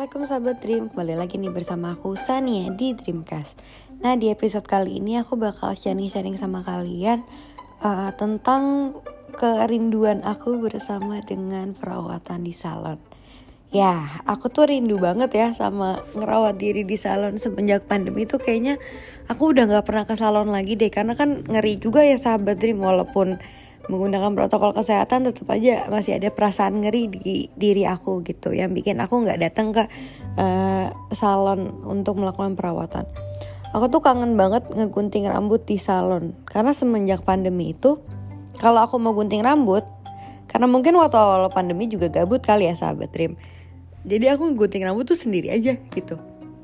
Assalamualaikum sahabat Dream, kembali lagi nih bersama aku Sania di Dreamcast. Nah di episode kali ini aku bakal sharing-sharing sama kalian tentang kerinduan aku bersama dengan perawatan di salon. Ya aku tuh rindu banget ya sama ngerawat diri di salon. Semenjak pandemi tuh kayaknya aku udah gak pernah ke salon lagi deh. Karena kan ngeri juga ya sahabat Dream, walaupun menggunakan protokol kesehatan tetap aja masih ada perasaan ngeri di diri aku gitu yang bikin aku nggak datang ke salon untuk melakukan perawatan. Aku tuh kangen banget ngegunting rambut di salon karena semenjak pandemi itu kalau aku mau gunting rambut, karena mungkin waktu awal pandemi juga gabut kali ya sahabat Dream, jadi aku gunting rambut tuh sendiri aja gitu,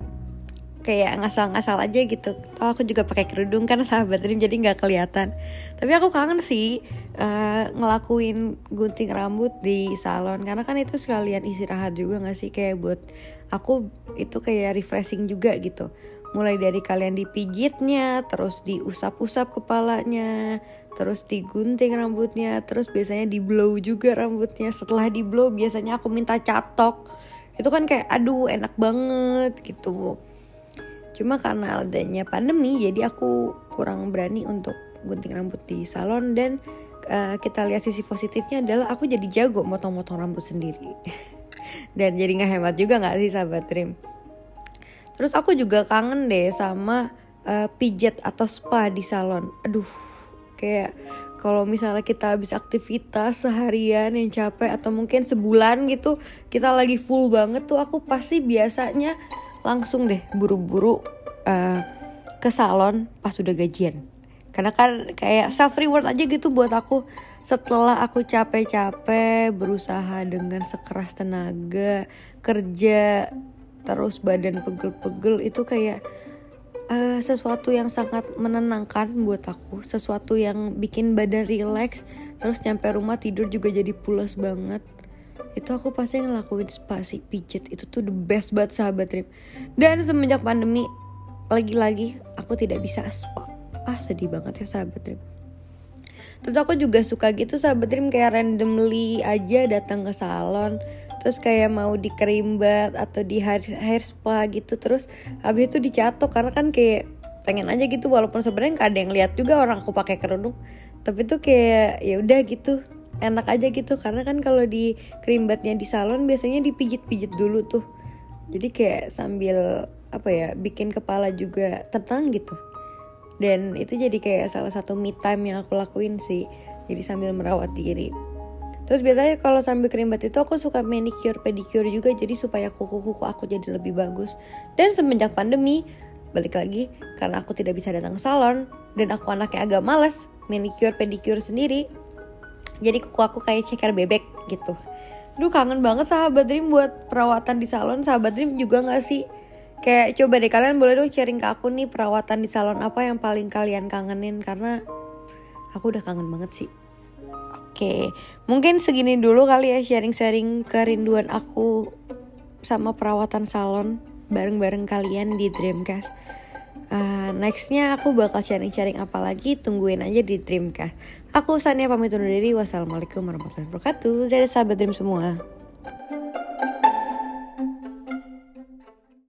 kayak ngasal-ngasal aja gitu. Aku juga pakai kerudung kan sahabat Dream, jadi nggak kelihatan. Tapi aku kangen sih ngelakuin gunting rambut di salon, karena kan itu sekalian istirahat juga nggak sih, kayak buat aku itu kayak refreshing juga gitu. Mulai dari kalian dipijitnya, terus diusap-usap kepalanya, terus digunting rambutnya, terus biasanya di blow juga rambutnya. Setelah di blow biasanya aku minta catok. Itu kan kayak aduh enak banget gitu. Cuma karena adanya pandemi jadi aku kurang berani untuk gunting rambut di salon. Dan kita lihat sisi positifnya adalah aku jadi jago motong-motong rambut sendiri. Dan jadi gak hemat juga gak sih sahabat Dream. Terus aku juga kangen deh sama pijat atau spa di salon. Aduh, kayak kalau misalnya kita habis aktivitas seharian yang capek atau mungkin sebulan gitu kita lagi full banget tuh, aku pasti biasanya langsung deh buru-buru ke salon pas udah gajian. Karena kan kayak self reward aja gitu buat aku. Setelah aku capek-capek berusaha dengan sekeras tenaga kerja, terus badan pegel-pegel, itu kayak sesuatu yang sangat menenangkan buat aku. Sesuatu yang bikin badan relax. Terus nyampe rumah tidur juga jadi pulas banget. Itu aku pasti ngelakuin spa sih, pijat. Itu tuh the best banget sahabat Dream. Dan semenjak pandemi lagi-lagi aku tidak bisa spa. Sedih banget ya sahabat Dream. Terus aku juga suka gitu sahabat Dream, kayak randomly aja datang ke salon, terus kayak mau dikerimbat atau di hair spa gitu, terus habis itu dicatok. Karena kan kayak pengen aja gitu, walaupun sebenarnya gak ada yang lihat juga orang aku pakai kerudung, tapi tuh kayak ya udah gitu, enak aja gitu. Karena kan kalau di kerimbatnya di salon biasanya dipijit-pijit dulu tuh, jadi kayak sambil bikin kepala juga tenang gitu. Dan itu jadi kayak salah satu me time yang aku lakuin sih, jadi sambil merawat diri. Terus biasanya kalau sambil kerimbat itu aku suka manicure pedicure juga, jadi supaya kuku-kuku aku jadi lebih bagus. Dan semenjak pandemi, balik lagi, karena aku tidak bisa datang ke salon dan aku anaknya agak malas manicure pedicure sendiri, jadi kuku aku kayak ceker bebek gitu. Duh kangen banget sahabat Dream buat perawatan di salon. Sahabat Dream juga gak sih? Kayak coba deh kalian boleh dong sharing ke aku nih, perawatan di salon apa yang paling kalian kangenin, karena aku udah kangen banget sih. Oke, mungkin segini dulu kali ya sharing-sharing kerinduan aku sama perawatan salon bareng-bareng kalian di Dreamcast. Nextnya aku bakal sharing-sharing apa lagi, tungguin aja di Dreamcast. Aku Sania pamit undur diri. Wassalamualaikum warahmatullahi wabarakatuh. Dadah sahabat Dream semua.